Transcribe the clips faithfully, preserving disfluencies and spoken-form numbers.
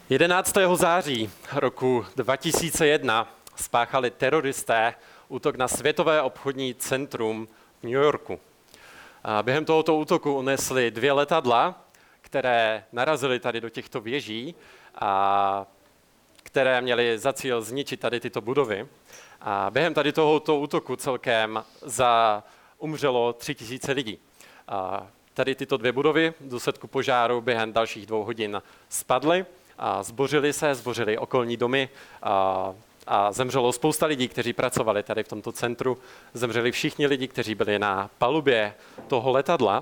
jedenáctého září roku dva tisíce jedna spáchali teroristé útok na Světové obchodní centrum v New Yorku. A během tohoto útoku unesli dvě letadla, které narazily tady do těchto věží a které měly za cíl zničit tady tyto budovy. A během tady tohoto útoku celkem za umřelo tři tisíce lidí. A tady tyto dvě budovy v důsledku požáru během dalších dvou hodin spadly a zbořily se, zbořily okolní domy a, a zemřelo spousta lidí, kteří pracovali tady v tomto centru. Zemřeli všichni lidi, kteří byli na palubě toho letadla.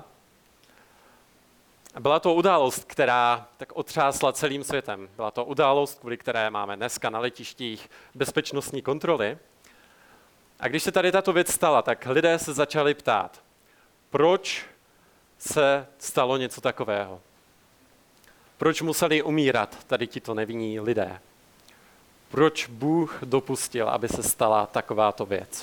Byla to událost, která tak otřásla celým světem. Byla to událost, kvůli které máme dneska na letištích bezpečnostní kontroly. A když se tady tato věc stala, tak lidé se začali ptát, proč se stalo něco takového? Proč museli umírat tady tito nevinní lidé? Proč Bůh dopustil, aby se stala takováto věc?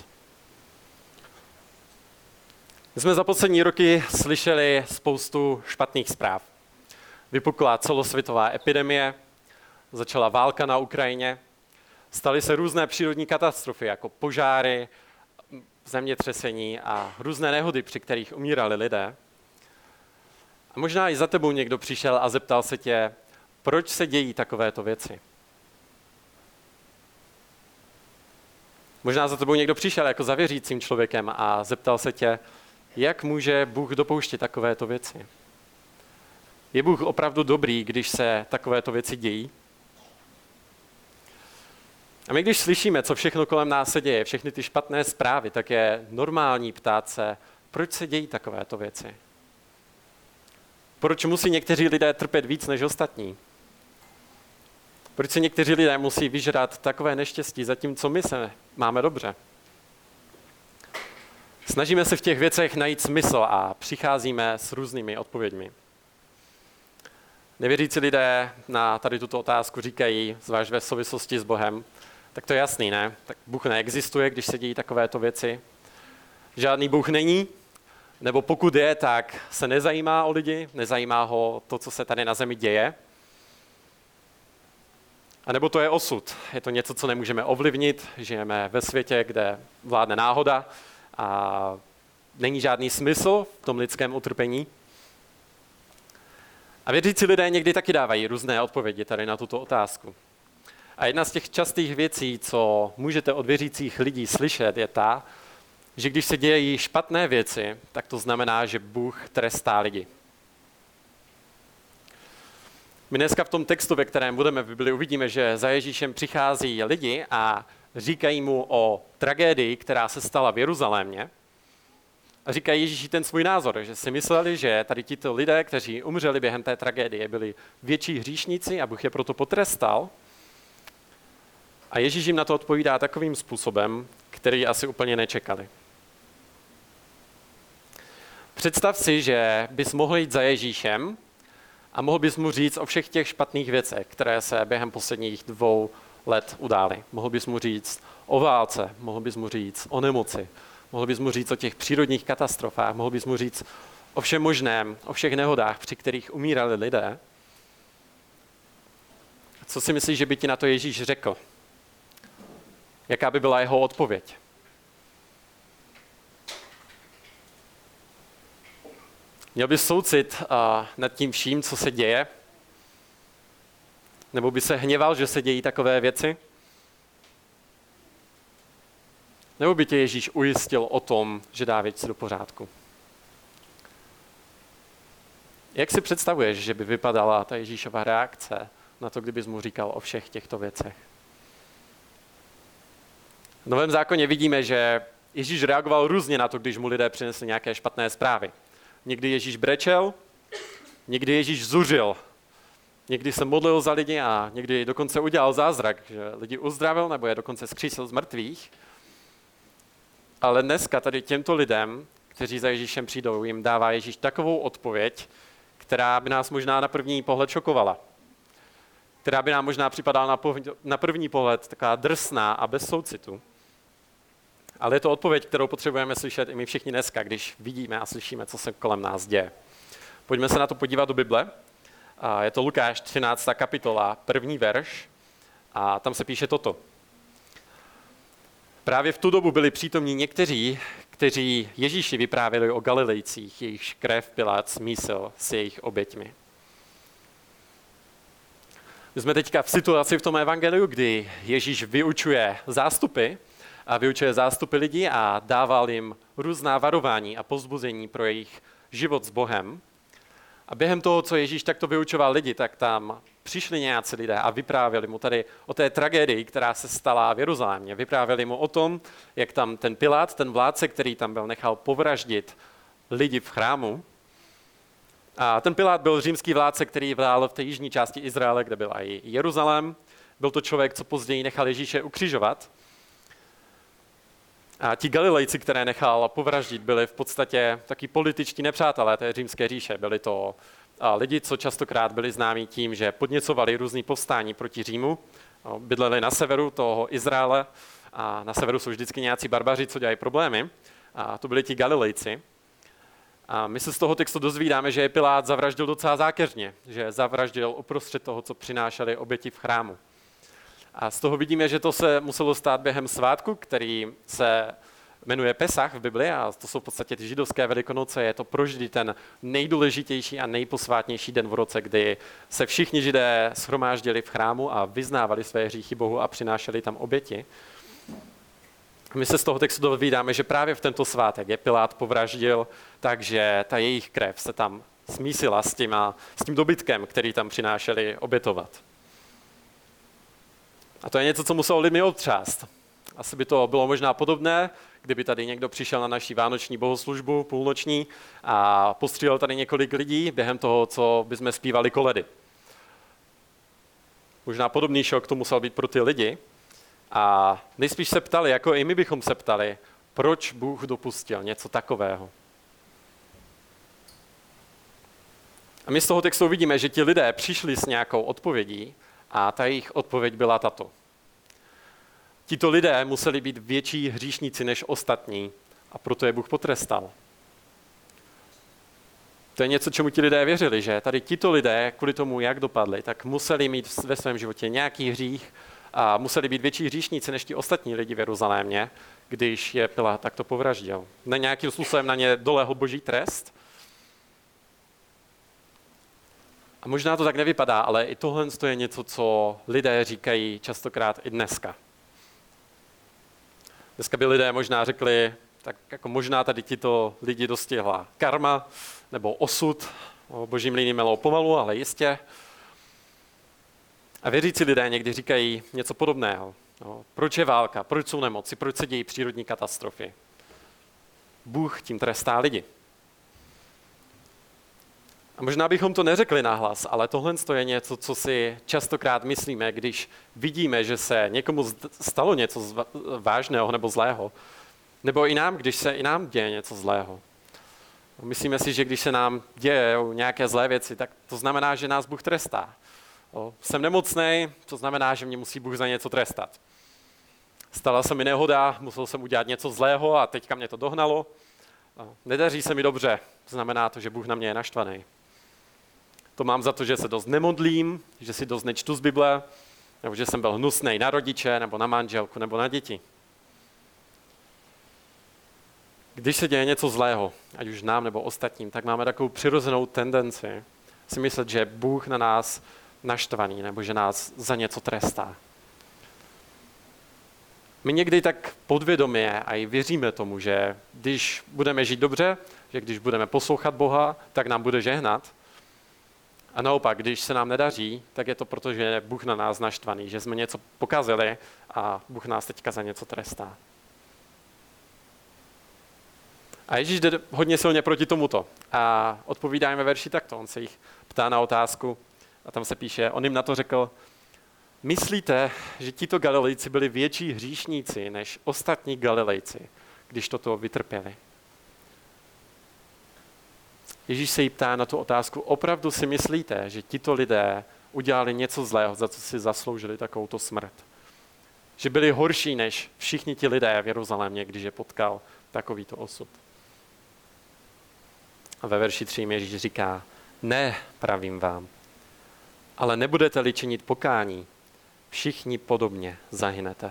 My jsme za poslední roky slyšeli spoustu špatných zpráv. Vypukla celosvětová epidemie, začala válka na Ukrajině, staly se různé přírodní katastrofy, jako požáry, zemětřesení a různé nehody, při kterých umírali lidé. A možná i za tebou někdo přišel a zeptal se tě, proč se dějí takovéto věci. Možná za tebou někdo přišel jako za věřícím člověkem a zeptal se tě, jak může Bůh dopouštět takovéto věci. Je Bůh opravdu dobrý, když se takovéto věci dějí? A my když slyšíme, co všechno kolem nás se děje, všechny ty špatné zprávy, tak je normální ptát se, proč se dějí takovéto věci. Proč musí někteří lidé trpět víc než ostatní? Proč se někteří lidé musí vyžrat takové neštěstí, zatímco my se máme dobře? Snažíme se v těch věcech najít smysl a přicházíme s různými odpověďmi. Nevěřící lidé na tady tuto otázku říkají, zvlášť ve souvislosti s Bohem, tak to je jasný, ne? Tak Bůh neexistuje, když se dějí takovéto věci. Žádný Bůh není, nebo pokud je, tak se nezajímá o lidi, nezajímá ho to, co se tady na zemi děje. A nebo to je osud. Je to něco, co nemůžeme ovlivnit. Žijeme ve světě, kde vládne náhoda a není žádný smysl v tom lidském utrpení. A věřící lidé někdy taky dávají různé odpovědi tady na tuto otázku. A jedna z těch častých věcí, co můžete od věřících lidí slyšet, je ta, že když se dějí špatné věci, tak to znamená, že Bůh trestá lidi. My dneska v tom textu, ve kterém budeme v Bibli, uvidíme, že za Ježíšem přichází lidi a říkají mu o tragédii, která se stala v Jeruzalémě. A říkají Ježíši ten svůj názor, že si mysleli, že tady tito lidé, kteří umřeli během té tragédie, byli větší hříšníci a Bůh je proto potrestal. A Ježíš jim na to odpovídá takovým způsobem, který asi úplně nečekali. Představ si, že bys mohl jít za Ježíšem a mohl bys mu říct o všech těch špatných věcech, které se během posledních dvou let udály. Mohl bys mu říct o válce, mohl bys mu říct o nemoci, mohl bys mu říct o těch přírodních katastrofách, mohl bys mu říct o všem možném, o všech nehodách, při kterých umírali lidé. Co si myslíš, že by ti na to Ježíš řekl? Jaká by byla jeho odpověď? Měl bys soucit uh, nad tím vším, co se děje? Nebo by se hněval, že se dějí takové věci? Nebo by tě Ježíš ujistil o tom, že dá věci do pořádku? Jak si představuješ, že by vypadala ta Ježíšova reakce na to, kdybys mu říkal o všech těchto věcech? V Novém zákoně vidíme, že Ježíš reagoval různě na to, když mu lidé přinesli nějaké špatné zprávy. Někdy Ježíš brečel, někdy Ježíš zuřil, někdy se modlil za lidi a někdy dokonce udělal zázrak, že lidi uzdravil nebo je dokonce zkřísil z mrtvých. Ale dneska tady těmto lidem, kteří za Ježíšem přijdou, jim dává Ježíš takovou odpověď, která by nás možná na první pohled šokovala. Která by nám možná připadala na první pohled taková drsná a bez soucitu. Ale je to odpověď, kterou potřebujeme slyšet i my všichni dneska, když vidíme a slyšíme, co se kolem nás děje. Pojďme se na to podívat do Bible A je to Lukáš třináctá kapitola, první verš, a tam se píše toto. Právě v tu dobu byli přítomní někteří, kteří Ježíši vyprávěli o Galilejcích, jejichž krev Pilát smísil s jejich oběťmi. My jsme teďka v situaci v tom evangeliu, kdy Ježíš vyučuje zástupy a vyučuje zástupy lidí a dával jim různá varování a povzbuzení pro jejich život s Bohem. A během toho, co Ježíš takto vyučoval lidi, tak tam přišli nějací lidé a vyprávěli mu tady o té tragédii, která se stala v Jeruzalémě. Vyprávěli mu o tom, jak tam ten Pilát, ten vládce, který tam byl, nechal povraždit lidi v chrámu. A ten Pilát byl římský vládce, který vládl v té jižní části Izraele, kde byl i Jeruzalém. Byl to člověk, co později nechal Ježíše ukřižovat. A ti Galilejci, které nechal povraždit, byli v podstatě taky političtí nepřátelé té římské říše. Byli to lidi, co častokrát byli známí tím, že podněcovali různý povstání proti Římu. Bydleli na severu toho Izraele a na severu jsou vždycky nějací barbaři, co dělají problémy. A to byli ti Galilejci. A my se z toho textu dozvídáme, že je Pilát zavraždil docela zákeřně, že zavraždil uprostřed toho, co přinášeli oběti v chrámu. A z toho vidíme, že to se muselo stát během svátku, který se jmenuje Pesach v Bibli, a to jsou v podstatě ty židovské velikonoce. Je to pro Židy ten nejdůležitější a nejposvátnější den v roce, kdy se všichni Židé shromáždili v chrámu a vyznávali své hříchy Bohu a přinášeli tam oběti. My se z toho textu dovídáme, že právě v tento svátek je Pilát povraždil, takže ta jejich krev se tam smísila s tím, a, s tím dobytkem, který tam přinášeli obětovat. A to je něco, co muselo lidmi otřást. Asi by to bylo možná podobné, kdyby tady někdo přišel na naši vánoční bohoslužbu půlnoční a postřílel tady několik lidí během toho, co bychom zpívali koledy. Možná podobný šok to musel být pro ty lidi. A nejspíš se ptali, jako i my bychom se ptali, proč Bůh dopustil něco takového. A my z toho textu vidíme, že ti lidé přišli s nějakou odpovědí a ta jejich odpověď byla tato. Tito lidé museli být větší hříšníci než ostatní a proto je Bůh potrestal. To je něco, čemu ti lidé věřili, že tady tito lidé, kvůli tomu, jak dopadli, tak museli mít ve svém životě nějaký hřích a museli být větší hříšníci než ti ostatní lidi v Jeruzalémě, když je Pilát takto povraždil. Ne nějakým způsobem na ně dolehl boží trest. A možná to tak nevypadá, ale i tohle je něco, co lidé říkají častokrát i dneska. Dneska by lidé možná řekli, tak jako možná tady tito lidi dostihla karma nebo osud, boží mlýny melou pomalu, ale jistě. A věřící lidé někdy říkají něco podobného. No, proč je válka, proč jsou nemoci, proč se dějí přírodní katastrofy? Bůh tím trestá lidi. A možná bychom to neřekli nahlas, ale tohle je něco, co si častokrát myslíme, když vidíme, že se někomu stalo něco vážného nebo zlého. Nebo i nám, když se i nám děje něco zlého. Myslíme si, že když se nám děje nějaké zlé věci, tak to znamená, že nás Bůh trestá. O, jsem nemocnej, to znamená, že mě musí Bůh za něco trestat. Stala se mi nehoda, musel jsem udělat něco zlého a teďka mě to dohnalo. O, nedaří se mi dobře, to znamená to, že Bůh na mě je naštvaný. To mám za to, že se dost nemodlím, že si dost nečtu z Bible, nebo že jsem byl hnusnej na rodiče, nebo na manželku, nebo na děti. Když se děje něco zlého, ať už nám nebo ostatním, tak máme takovou přirozenou tendenci si myslet, že Bůh na nás naštvaný, nebo že nás za něco trestá. My někdy tak podvědomě a i věříme tomu, že když budeme žít dobře, že když budeme poslouchat Boha, tak nám bude žehnat. A naopak, když se nám nedaří, tak je to proto, že je Bůh na nás naštvaný, že jsme něco pokazili a Bůh nás teďka za něco trestá. A Ježíš jde hodně silně proti tomuto. A odpovídá jim ve verši takto. On se jich ptá na otázku a tam se píše, on jim na to řekl, myslíte, že tito Galilejci byli větší hříšníci než ostatní Galilejci, když toto vytrpěli? Ježíš se jí ptá na tu otázku, opravdu si myslíte, že tito lidé udělali něco zlého, za co si zasloužili takovouto smrt? Že byli horší než všichni ti lidé v Jeruzalémě, když je potkal takovýto osud? A ve verši tři Ježíš říká, ne, pravím vám, Ale nebudete-li činit pokání, všichni podobně zahynete.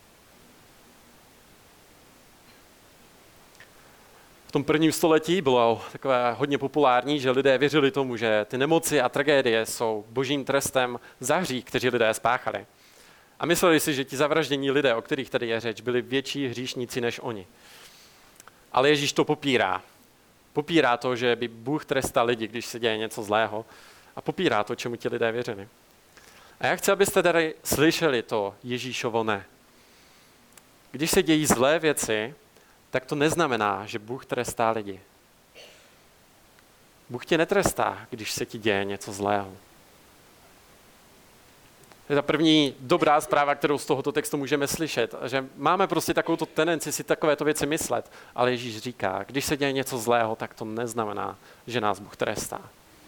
V tom prvním století bylo takové hodně populární, že lidé věřili tomu, že ty nemoci a tragédie jsou božím trestem za hřích, kteří lidé spáchali. A mysleli si, že ti zavraždění lidé, o kterých tady je řeč, byli větší hříšníci než oni. Ale Ježíš to popírá. Popírá to, že by Bůh trestal lidi, když se děje něco zlého, a popírá to, čemu ti lidé věřili. A já chci, abyste tady slyšeli to Ježíšovo ne. Když se dějí zlé věci, tak to neznamená, že Bůh trestá lidi. Bůh tě netrestá, když se ti děje něco zlého. To je ta první dobrá zpráva, kterou z tohoto textu můžeme slyšet, že máme prostě takovou tendenci si takovéto věci myslet, ale Ježíš říká, když se děje něco zlého, tak to neznamená, že nás Bůh trestá.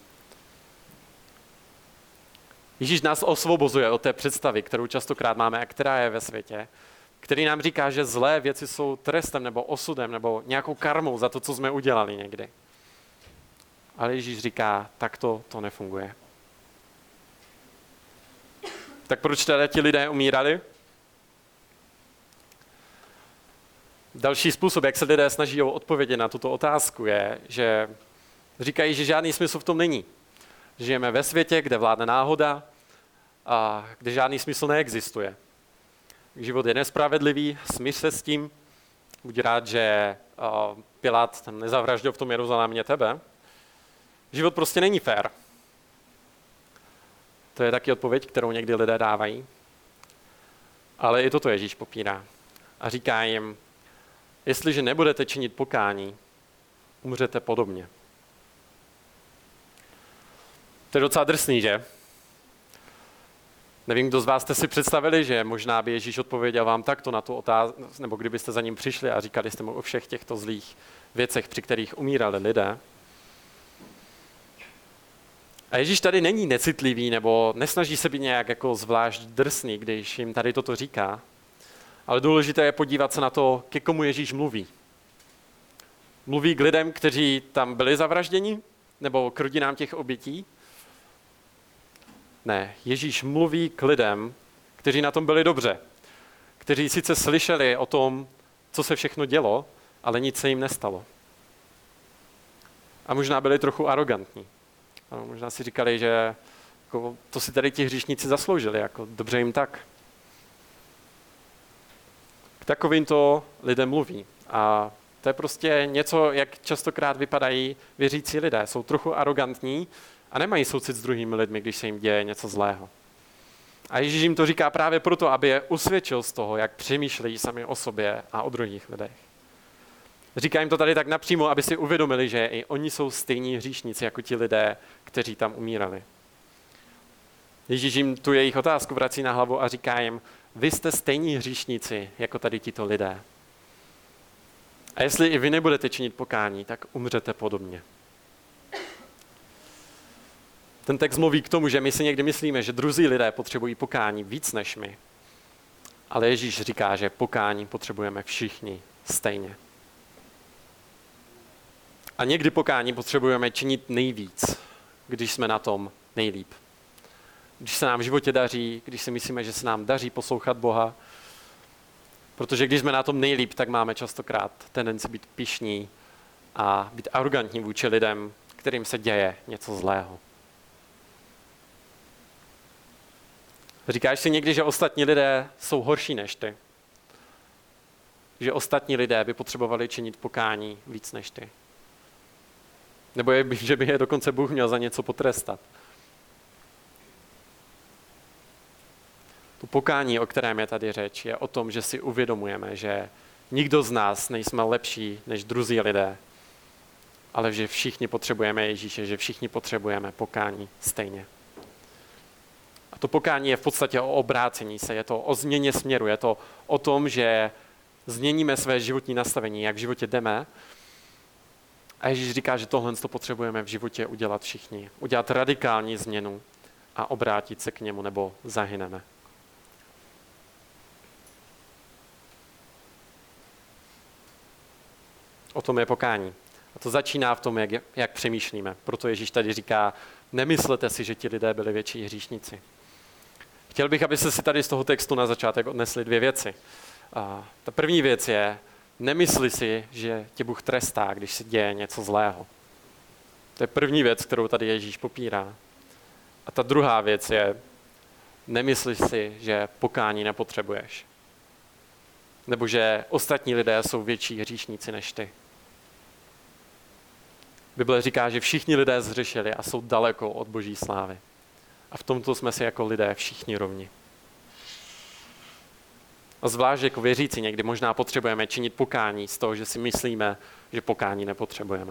Ježíš nás osvobozuje od té představy, kterou častokrát máme a která je ve světě, který nám říká, že zlé věci jsou trestem nebo osudem nebo nějakou karmou za to, co jsme udělali někdy. Ale Ježíš říká, takto to nefunguje. Tak proč teda ti lidé umírali? Další způsob, jak se lidé snaží o odpovědi na tuto otázku, je, že říkají, že žádný smysl v tom není. Žijeme ve světě, kde vládne náhoda a kde žádný smysl neexistuje. Život je nespravedlivý, smíř se s tím, buď rád, že uh, Pilát tam nezavraždil v tom Jeruzalémě tebe. Život prostě není fér. To je taky odpověď, kterou někdy lidé dávají. Ale i toto Ježíš popírá. A říká jim, jestliže nebudete činit pokání, umřete podobně. To je docela drsný, že? Nevím, kdo z vás jste si představili, že možná by Ježíš odpověděl vám takto na tu otázku, nebo kdybyste za ním přišli a říkali jste mu o všech těchto zlých věcech, při kterých umírali lidé. A Ježíš tady není necitlivý, nebo nesnaží se být nějak jako zvlášť drsný, když jim tady toto říká. Ale důležité je podívat se na to, ke komu Ježíš mluví. Mluví k lidem, kteří tam byli zavražděni, nebo k rodinám těch obětí? Ne, Ježíš mluví k lidem, kteří na tom byli dobře, kteří sice slyšeli o tom, co se všechno dělo, ale nic se jim nestalo. A možná byli trochu arrogantní. A možná si říkali, že jako, to si tady ti hříšníci zasloužili, jako dobře jim tak. K takovýmto lidem mluví. A to je prostě něco, jak častokrát vypadají věřící lidé. Jsou trochu arrogantní a nemají soucit s druhými lidmi, když se jim děje něco zlého. A Ježíš jim to říká právě proto, aby je usvědčil z toho, jak přemýšlejí sami o sobě a o druhých lidech. Říká jim to tady tak napřímo, aby si uvědomili, že i oni jsou stejní hříšníci jako ti lidé, kteří tam umírali. Ježíš jim tu jejich otázku vrací na hlavu a říká jim, vy jste stejní hříšníci jako tady tito lidé. A jestli i vy nebudete činit pokání, tak umřete podobně. Ten text mluví k tomu, že my si někdy myslíme, že druzí lidé potřebují pokání víc než my. Ale Ježíš říká, že pokání potřebujeme všichni stejně. A někdy pokání potřebujeme činit nejvíc, když jsme na tom nejlíp. Když se nám v životě daří, když si myslíme, že se nám daří poslouchat Boha, protože když jsme na tom nejlíp, tak máme častokrát tendenci být pyšní a být arrogantní vůči lidem, kterým se děje něco zlého. Říkáš si někdy, že ostatní lidé jsou horší než ty? Že ostatní lidé by potřebovali činit pokání víc než ty? Nebo je, že by je dokonce Bůh měl za něco potrestat? To pokání, o kterém je tady řeč, je o tom, že si uvědomujeme, že nikdo z nás nejsme lepší než druzí lidé, ale že všichni potřebujeme Ježíše, že všichni potřebujeme pokání stejně. A to pokání je v podstatě o obrácení se, je to o změně směru, je to o tom, že změníme své životní nastavení, jak v životě jdeme. A Ježíš říká, že tohle to potřebujeme v životě udělat všichni. Udělat radikální změnu a obrátit se k němu, nebo zahyneme. O tom je pokání. A to začíná v tom, jak, jak přemýšlíme. Proto Ježíš tady říká, nemyslete si, že ti lidé byli větší hříšníci. Chtěl bych, abyste si tady z toho textu na začátek odnesli dvě věci. A ta první věc je, nemysli si, že tě Bůh trestá, když se děje něco zlého. To je první věc, kterou tady Ježíš popírá. A ta druhá věc je, nemysli si, že pokání nepotřebuješ. Nebo že ostatní lidé jsou větší hříšníci než ty. Bible říká, že všichni lidé zhřešili a jsou daleko od Boží slávy. A v tomto jsme si jako lidé všichni rovni. A zvlášť jako věřící někdy možná potřebujeme činit pokání z toho, že si myslíme, že pokání nepotřebujeme.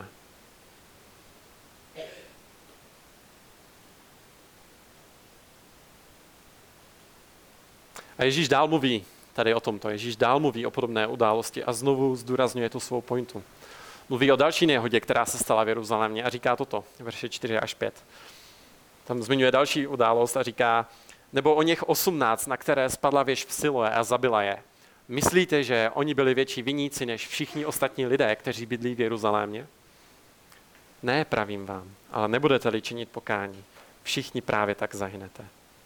A Ježíš dál mluví tady o tomto. Ježíš dál mluví o podobné události a znovu zdůrazňuje tu svou pointu. Mluví o další nehodě, která se stala v Jeruzalémě a říká toto, verše čtyři až pět. Tam zmiňuje další událost a říká, nebo o něch osmnáct, na které spadla věž v Siloé a zabila je. Myslíte, že oni byli větší viníci než všichni ostatní lidé, kteří bydlí v Jeruzalémě? Ne, pravím vám, ale nebudete-li činit pokání. Všichni právě tak zahynete.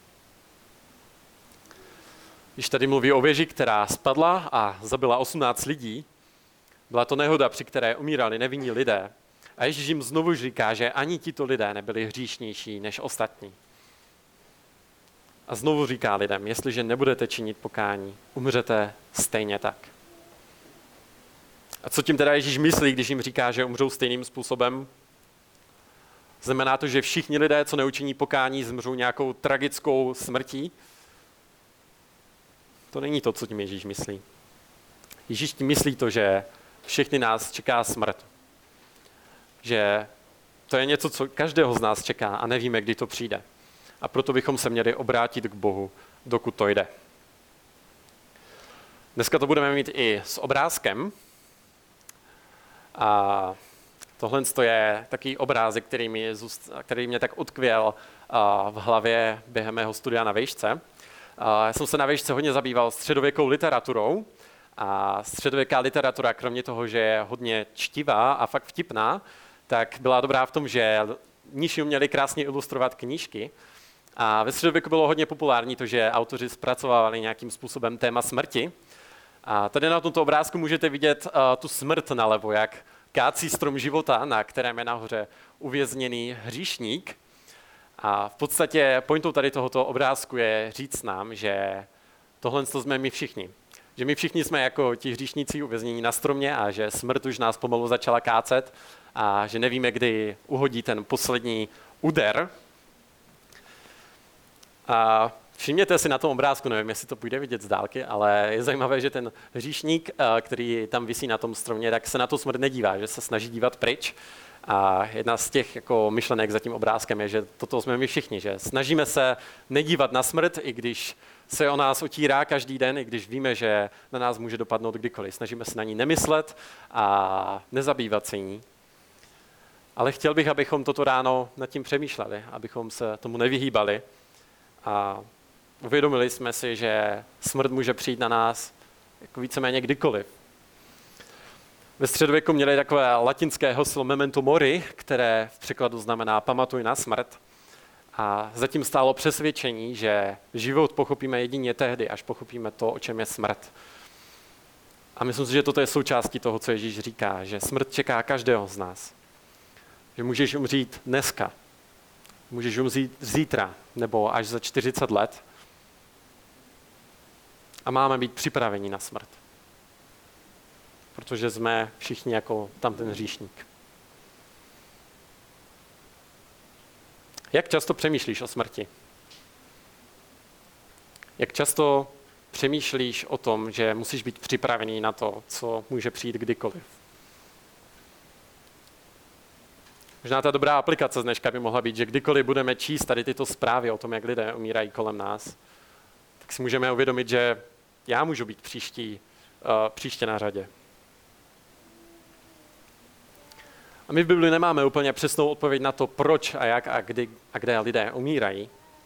Když tady mluví o věži, která spadla a zabila osmnáct lidí, byla to nehoda, při které umírali nevinní lidé. A Ježíš jim znovu říká, že ani tito lidé nebyli hříšnější než ostatní. A znovu říká lidem, jestliže nebudete činit pokání, umřete stejně tak. A co tím teda Ježíš myslí, když jim říká, že umřou stejným způsobem? Znamená to, že všichni lidé, co neučiní pokání, zmřou nějakou tragickou smrtí? To není to, co tím Ježíš myslí. Ježíš tím myslí to, že všechny nás čeká smrt. Že to je něco, co každého z nás čeká a nevíme, kdy to přijde. A proto bychom se měli obrátit k Bohu, dokud to jde. Dneska to budeme mít i s obrázkem. A tohle je takový obrázek, který, mi, který mě tak utkvěl v hlavě během mého studia na vejšce. Já jsem se na vejšce hodně zabýval středověkou literaturou. A středověká literatura, kromě toho, že je hodně čtivá a fakt vtipná, tak byla dobrá v tom, že mniši uměli krásně ilustrovat knížky. A ve středověku bylo hodně populární to, že autoři zpracovávali nějakým způsobem téma smrti. A tady na tomto obrázku můžete vidět uh, tu smrt nalevo, jak kácí strom života, na kterém je nahoře uvězněný hříšník. A v podstatě pointou tady tohoto obrázku je říct nám, že tohle jsme my všichni. Že my všichni jsme jako ti hříšníci uvěznění na stromě a že smrt už nás pomalu začala kácet a že nevíme, kdy uhodí ten poslední úder. A všimněte si na tom obrázku, nevím, jestli to půjde vidět z dálky, ale je zajímavé, že ten hříšník, který tam visí na tom stromě, tak se na tu smrt nedívá, že se snaží dívat pryč. A jedna z těch jako myšlenek za tím obrázkem je, že toto jsme my všichni, že snažíme se nedívat na smrt, i když se o nás otírá každý den, i když víme, že na nás může dopadnout kdykoliv. Snažíme se na ní nemyslet a nezabývat se ní. Ale chtěl bych, abychom toto ráno nad tím přemýšleli, abychom se tomu nevyhýbali a uvědomili jsme si, že smrt může přijít na nás jako víceméně kdykoliv. Ve středověku měli takové latinské heslo memento mori, které v překladu znamená pamatuj na smrt. A zatím stálo přesvědčení, že život pochopíme jedině tehdy, až pochopíme to, o čem je smrt. A myslím si, že toto je součástí toho, co Ježíš říká, že smrt čeká každého z nás. Že můžeš umřít dneska, můžeš umřít zítra, nebo až za čtyřicet let. A máme být připraveni na smrt. Protože jsme všichni jako tam ten hříšník. Jak často přemýšlíš o smrti? Jak často přemýšlíš o tom, že musíš být připravený na to, co může přijít kdykoliv? Možná ta dobrá aplikace z dneška by mohla být, že kdykoliv budeme číst tady tyto zprávy o tom, jak lidé umírají kolem nás, tak si můžeme uvědomit, že já můžu být příští, uh, příště na řadě. A my v Bibli nemáme úplně přesnou odpověď na to, proč a jak a kdy a kde lidé umírají.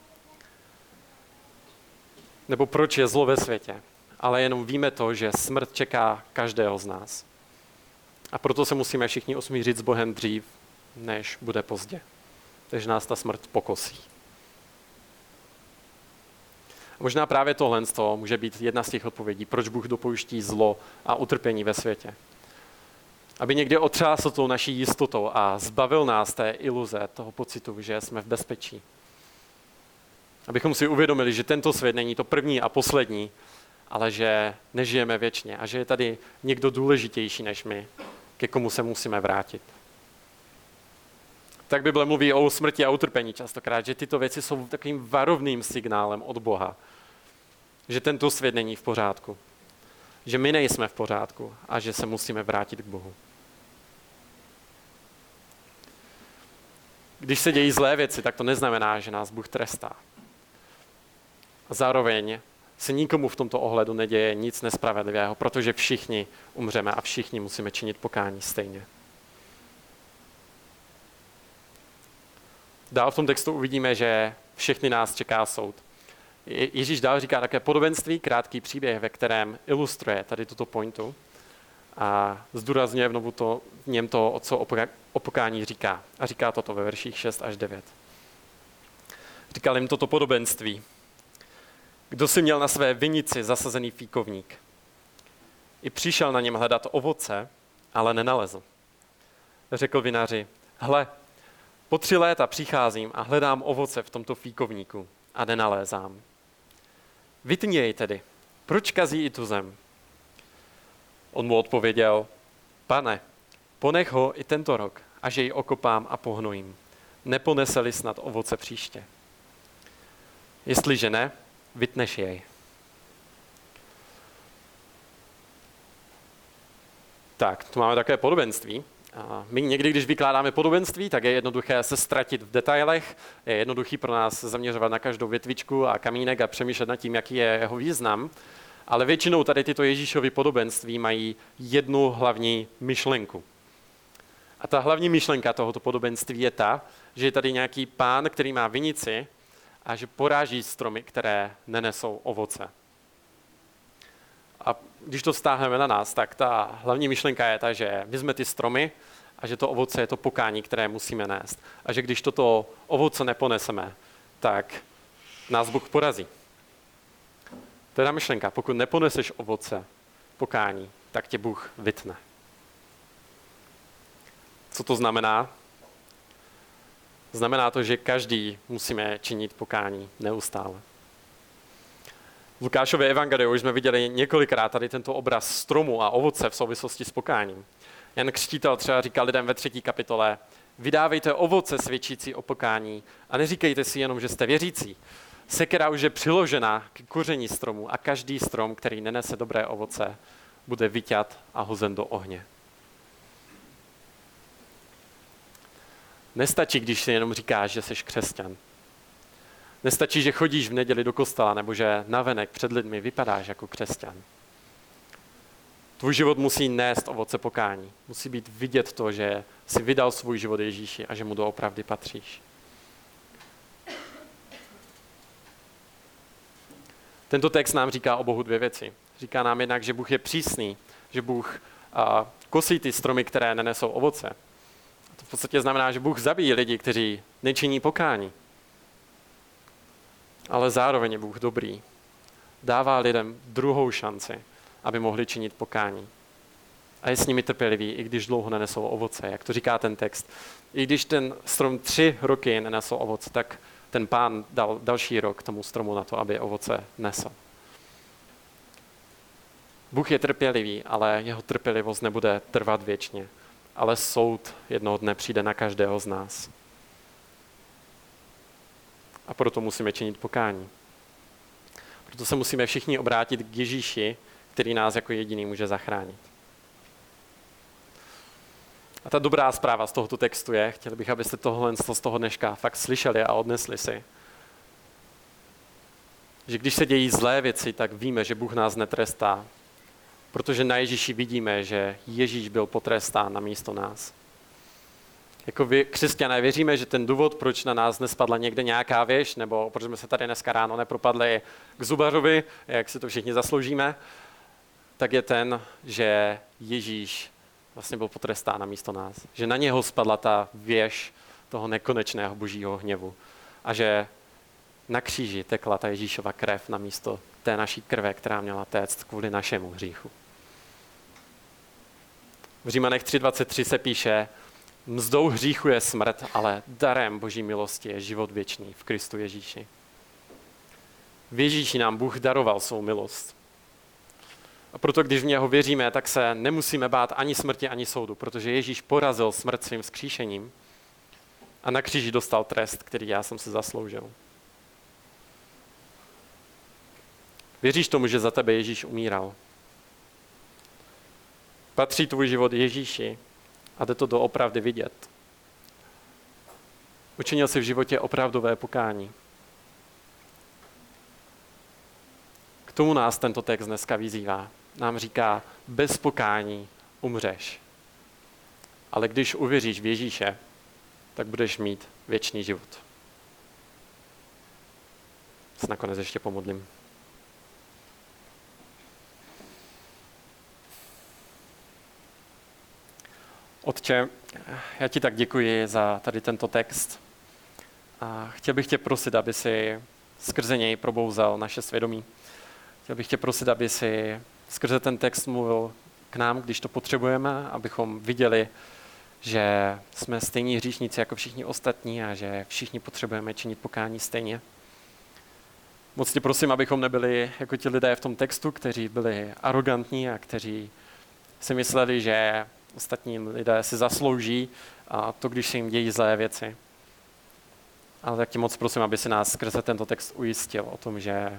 Nebo proč je zlo ve světě. Ale jenom víme to, že smrt čeká každého z nás. A proto se musíme všichni usmířit s Bohem dřív, než bude pozdě. Takže nás ta smrt pokosí. A možná právě tohle může být jedna z těch odpovědí, proč Bůh dopouští zlo a utrpení ve světě. Aby někde otřásl tou naší jistotou a zbavil nás té iluze, toho pocitu, že jsme v bezpečí. Abychom si uvědomili, že tento svět není to první a poslední, ale že nežijeme věčně a že je tady někdo důležitější než my, ke komu se musíme vrátit. Tak Bible mluví o smrti a utrpení častokrát, že tyto věci jsou takovým varovným signálem od Boha, že tento svět není v pořádku, že my nejsme v pořádku a že se musíme vrátit k Bohu. Když se dějí zlé věci, tak to neznamená, že nás Bůh trestá. A zároveň se nikomu v tomto ohledu neděje nic nespravedlivého, protože všichni umřeme a všichni musíme činit pokání stejně. Dál v tom textu uvidíme, že všechny nás čeká soud. Ježíš dál říká také podobenství, krátký příběh, ve kterém ilustruje tady tuto pointu a zdůrazňuje vnovu to, v něm to, co o pokání říká. A říká toto ve verších šest až devět. Říkal jim toto podobenství. Kdo si měl na své vinici zasazený fíkovník? I přišel na něm hledat ovoce, ale nenalezl. Řekl vinaři, hle, po tři léta přicházím a hledám ovoce v tomto fíkovníku a nenalézám. Vytni jej tedy, proč kazí i tu zem? On mu odpověděl, pane, ponech ho i tento rok, až jej okopám a pohnojím. Neponese-li snad ovoce příště. Jestliže ne, vytneš jej. Tak, tu máme také podobenství. A my někdy, když vykládáme podobenství, tak je jednoduché se ztratit v detailech, je jednoduchý pro nás zaměřovat na každou větvičku a kamínek a přemýšlet nad tím, jaký je jeho význam. Ale většinou tady tyto Ježíšovy podobenství mají jednu hlavní myšlenku. A ta hlavní myšlenka tohoto podobenství je ta, že je tady nějaký pán, který má vinici a že poráží stromy, které nenesou ovoce. A když to vztáhneme na nás, tak ta hlavní myšlenka je ta, že vezme ty stromy a že to ovoce je to pokání, které musíme nést. A že když toto ovoce neponeseme, tak nás Bůh porazí. To je ta myšlenka. Pokud neponeseš ovoce pokání, tak tě Bůh vytne. Co to znamená? Znamená to, že každý musíme činit pokání neustále. V Lukášově evangeliu už jsme viděli několikrát tady tento obraz stromu a ovoce v souvislosti s pokáním. Jan Křtitel třeba říká lidem ve třetí kapitole, vydávejte ovoce svědčící o pokání a neříkejte si jenom, že jste věřící. Sekera už je přiložena k koření stromu a každý strom, který nenese dobré ovoce, bude vyťat a hozen do ohně. Nestačí, když si jenom říkáš, že jsi křesťan. Nestačí, že chodíš v neděli do kostela nebo že navenek před lidmi vypadáš jako křesťan. Tvůj život musí nést ovoce pokání. Musí být vidět to, že jsi vydal svůj život Ježíši a že mu doopravdy patříš. Tento text nám říká o Bohu dvě věci. Říká nám jednak, že Bůh je přísný, že Bůh a, kosí ty stromy, které nenesou ovoce. A to v podstatě znamená, že Bůh zabíjí lidi, kteří nečiní pokání. Ale zároveň je Bůh dobrý. Dává lidem druhou šanci, aby mohli činit pokání. A je s nimi trpělivý, i když dlouho nenesou ovoce. Jak to říká ten text. I když ten strom tři roky nenesl ovoce, tak ten pán dal další rok tomu stromu na to, aby ovoce nesl. Bůh je trpělivý, ale jeho trpělivost nebude trvat věčně. Ale soud jednoho dne přijde na každého z nás. A proto musíme činit pokání. Proto se musíme všichni obrátit k Ježíši, který nás jako jediný může zachránit. A ta dobrá zpráva z tohoto textu je, chtěl bych, abyste tohle z toho dneška fakt slyšeli a odnesli si, že když se dějí zlé věci, tak víme, že Bůh nás netrestá, protože na Ježíši vidíme, že Ježíš byl potrestán na místo nás. Jako vy, křesťané, věříme, že ten důvod, proč na nás nespadla někde nějaká věž, nebo proč jsme se tady dneska ráno nepropadli k zubařovi, jak si to všichni zasloužíme, tak je ten, že Ježíš vlastně byl potrestán na místo nás. Že na něho spadla ta věž toho nekonečného božího hněvu. A že na kříži tekla ta Ježíšova krev na místo té naší krve, která měla téct kvůli našemu hříchu. V Římanech tři dvacet tři se píše, mzdou hříchu je smrt, ale darem boží milosti je život věčný v Kristu Ježíši. V Ježíši nám Bůh daroval svou milost. A proto, když v něho věříme, tak se nemusíme bát ani smrti, ani soudu, protože Ježíš porazil smrt svým vzkříšením a na kříži dostal trest, který já jsem si zasloužil. Věříš tomu, že za tebe Ježíš umíral? Patří tvůj život Ježíši a jde to doopravdy vidět. Učinil jsi v životě opravdové pokání. K tomu nás tento text dneska vyzývá. Nám říká, bez pokání umřeš. Ale když uvěříš v Ježíše, tak budeš mít věčný život. Se nakonec ještě pomodlím. Otče, já ti tak děkuji za tady tento text a chtěl bych tě prosit, aby si skrze něj probouzel naše svědomí. Chtěl bych tě prosit, aby si skrze ten text mluvil k nám, když to potřebujeme, abychom viděli, že jsme stejní hříšníci jako všichni ostatní a že všichni potřebujeme činit pokání stejně. Moc tě prosím, abychom nebyli jako ti lidé v tom textu, kteří byli arrogantní a kteří si mysleli, že ostatní lidé si zaslouží a to, když se jim dějí zlé věci. Ale tak tě moc prosím, aby si nás skrze tento text ujistil o tom, že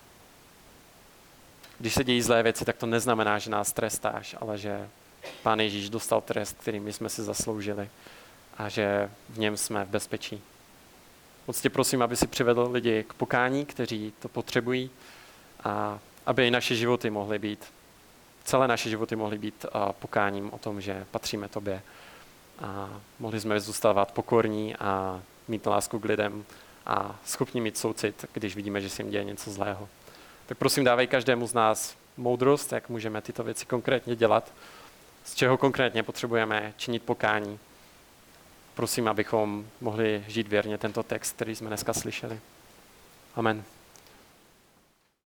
když se dějí zlé věci, tak to neznamená, že nás trestáš, ale že Pán Ježíš dostal trest, který my jsme si zasloužili a že v něm jsme v bezpečí. Moc tě prosím, aby si přivedl lidi k pokání, kteří to potřebují a aby i naše životy mohly být, celé naše životy mohly být pokáním o tom, že patříme tobě a mohli jsme zůstávat pokorní a mít lásku k lidem a schopni mít soucit, když vidíme, že se jim děje něco zlého. Tak prosím, dávej každému z nás moudrost, jak můžeme tyto věci konkrétně dělat, z čeho konkrétně potřebujeme činit pokání. Prosím, abychom mohli žít věrně tento text, který jsme dneska slyšeli. Amen.